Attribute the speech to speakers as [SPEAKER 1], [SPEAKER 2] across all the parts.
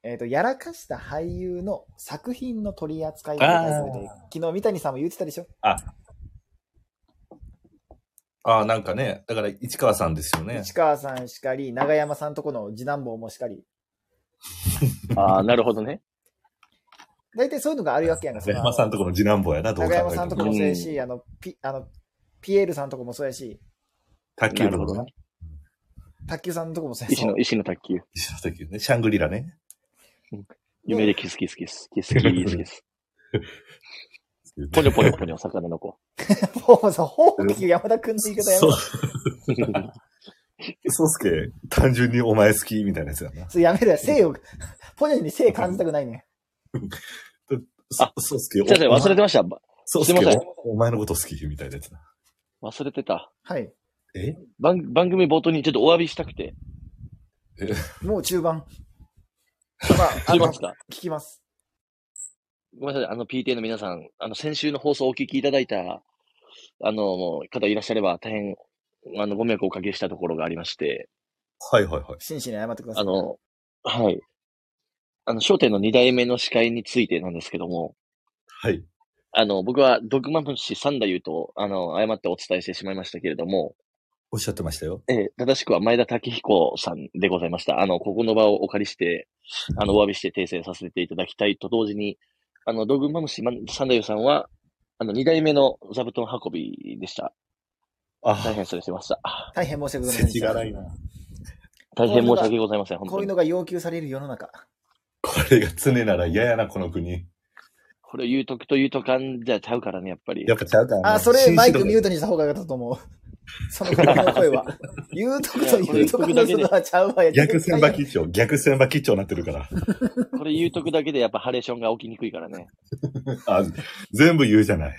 [SPEAKER 1] やらかした俳優の作品の取り扱いというタイトルで、昨日三谷さんも言ってたでしょ？
[SPEAKER 2] なんかね、だから市川さんですよね。
[SPEAKER 1] 市川さんしかり、長山さんとこの次男坊もしかり。
[SPEAKER 3] なるほどね。
[SPEAKER 1] 大体そういうのがあるわけやんか。
[SPEAKER 2] 長山さんとこの次男坊やな、どう考えても。
[SPEAKER 1] 長山さんとこもそうやし、ピエールさんとこもそうやし。
[SPEAKER 2] 卓球のことね。
[SPEAKER 1] 卓球さんのとこもそうや
[SPEAKER 3] し。石の卓球。
[SPEAKER 2] 石の卓球ね。シャングリラね。
[SPEAKER 3] 夢でキスキスキス。キスキスキス。ポニョポニョポニョ、魚の子。
[SPEAKER 1] もうさ、ほうき山田くんの言い方やめろ。
[SPEAKER 2] そうすけ、単純にお前好きみたいなやつやな。
[SPEAKER 1] それやめろや、性を、ポニョに性感じたくないね。
[SPEAKER 2] そうすけ、
[SPEAKER 3] 忘れてました。
[SPEAKER 2] そうすけ、お前のこと好きみたいなやつな。
[SPEAKER 3] 忘れてた。
[SPEAKER 1] はい。
[SPEAKER 3] 番組冒頭にちょっとお詫びしたくて。
[SPEAKER 1] もう中盤。
[SPEAKER 3] 聞きますか？
[SPEAKER 1] 聞きます。
[SPEAKER 3] ごめんなさい、PTA の皆さん、先週の放送をお聞きいただいた、方いらっしゃれば、大変、ご迷惑をおかけしたところがありまして。
[SPEAKER 2] はいはいはい。
[SPEAKER 1] 真摯に謝ってください。
[SPEAKER 3] はい。笑点の2代目の司会についてなんですけども。
[SPEAKER 2] はい。
[SPEAKER 3] 僕は、ドクマムシ三太夫と、誤ってお伝えしてしまいましたけれども。
[SPEAKER 2] おっしゃってましたよ。
[SPEAKER 3] 正しくは前田武彦さんでございました。ここの場をお借りして、お詫びして訂正させていただきたいと同時に、ドグマムシ三太夫さんは、2代目の座布団運びでした。大変失礼しました。
[SPEAKER 1] 大変申し訳ございません。
[SPEAKER 2] がないな。
[SPEAKER 3] 大変申し訳ございません。
[SPEAKER 1] こういうのが要求される世の中。
[SPEAKER 2] これが常なら嫌やな、この国。
[SPEAKER 3] これ言うとくと言うとかんじゃちゃうからね、やっぱり。
[SPEAKER 2] やっぱちゃうからね。
[SPEAKER 1] それマイクミュートにした方がよかったと思う。その声は。言うとくと言うとかの人はちゃうわや。
[SPEAKER 2] 逆千葉吉兆になってるから。
[SPEAKER 3] これ言うとくだけでやっぱハレーションが起きにくいからね。
[SPEAKER 2] 全部言うじゃない。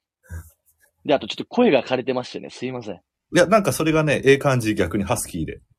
[SPEAKER 3] で、あとちょっと声が枯れてましてね、すいません。
[SPEAKER 2] いや、なんかそれがね、感じ逆にハスキーで。